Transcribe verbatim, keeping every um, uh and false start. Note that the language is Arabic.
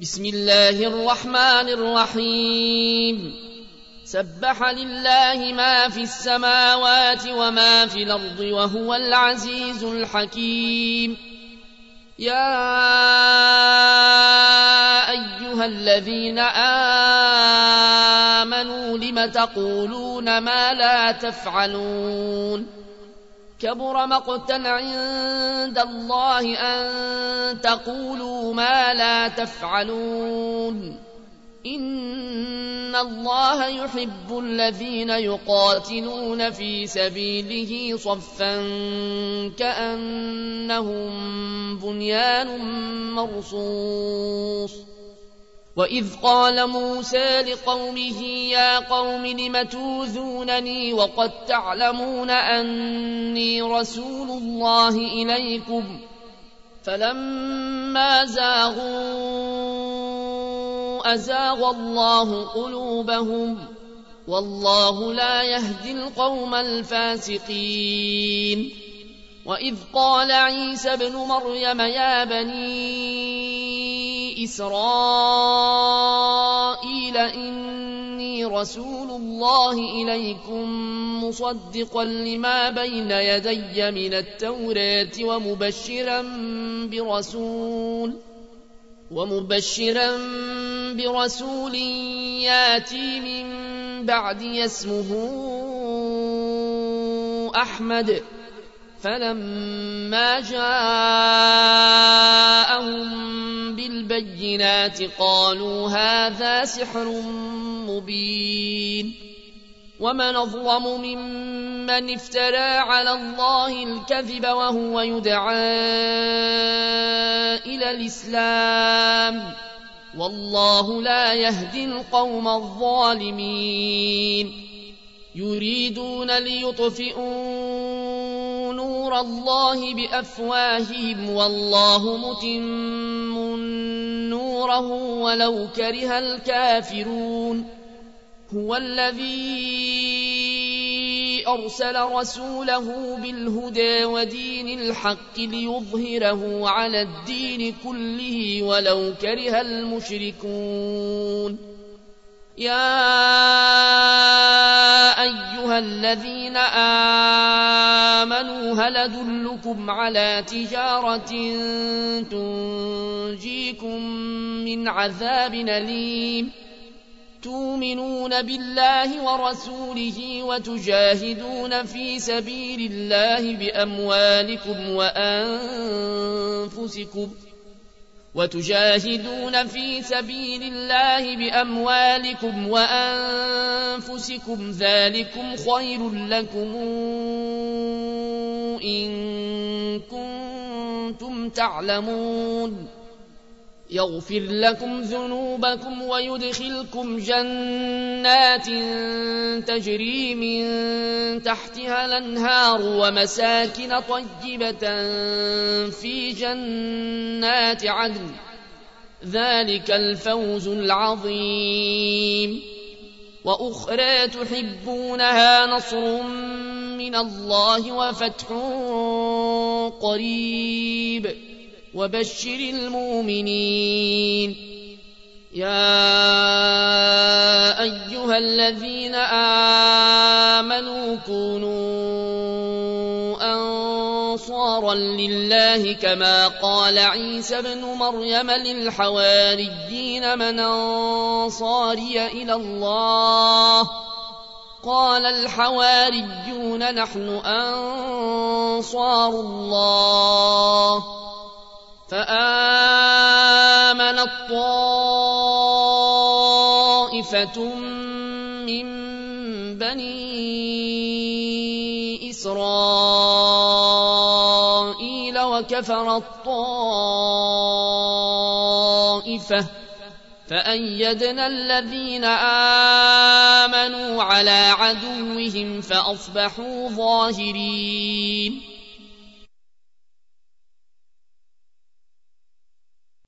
بسم الله الرحمن الرحيم سبح لله ما في السماوات وما في الأرض وهو العزيز الحكيم. يا أيها الذين آمنوا لم تقولون ما لا تفعلون كبر مقتا عند الله أن تقولوا ما لا تفعلون إن الله يحب الذين يقاتلون في سبيله صفا كأنهم بنيان مرصوص. وإذ قال موسى لقومه يا قوم لم توذونني وقد تعلمون أني رسول الله إليكم فلما زاغوا أزاغ الله قلوبهم والله لا يهدي القوم الفاسقين. وإذ قال عيسى ابن مريم يا بني إسرائيل إني رسول الله إليكم مصدقا لما بين يدي من التوراة ومبشرا برسول ومبشرا برسول ياتي من بعدي اسمه أحمد. فلما جاءهم بالبينات قالوا هذا سحر مبين. ومن أظلم ممن افترى على الله الكذب وهو يدعى إلى الإسلام والله لا يهدي القوم الظالمين. يريدون ليطفئوا نور الله بأفواههم والله متم نوره ولو كره الكافرون. هو الذي أرسل رسوله بالهدى ودين الحق ليظهره على الدين كله ولو كره المشركون. يا أيها الذين آمنوا هل أدلكم على تجارة تنجيكم من عذاب أليم تؤمنون بالله ورسوله وتجاهدون في سبيل الله بأموالكم وأنفسكم وتجاهدون في سبيل الله بأموالكم وأنفسكم ذلكم خير لكم إن كنتم تعلمون. يغفر لكم ذنوبكم ويدخلكم جنات تجري من تحتها الأنهار ومساكن طيبة في جنات عدن ذلك الفوز العظيم. وأخرى تحبونها نصر من الله وفتح قريب وبشر المؤمنين. يا أيها الذين آمنوا كونوا أنصارا لله كما قال عيسى ابن مريم للحواريين من أنصاري إلى الله قال الحواريون نحن أنصار الله. فآمنت طائفة من بني إسرائيل وكفرت طائفة فأيدنا الذين آمنوا على عدوهم فأصبحوا ظاهرين.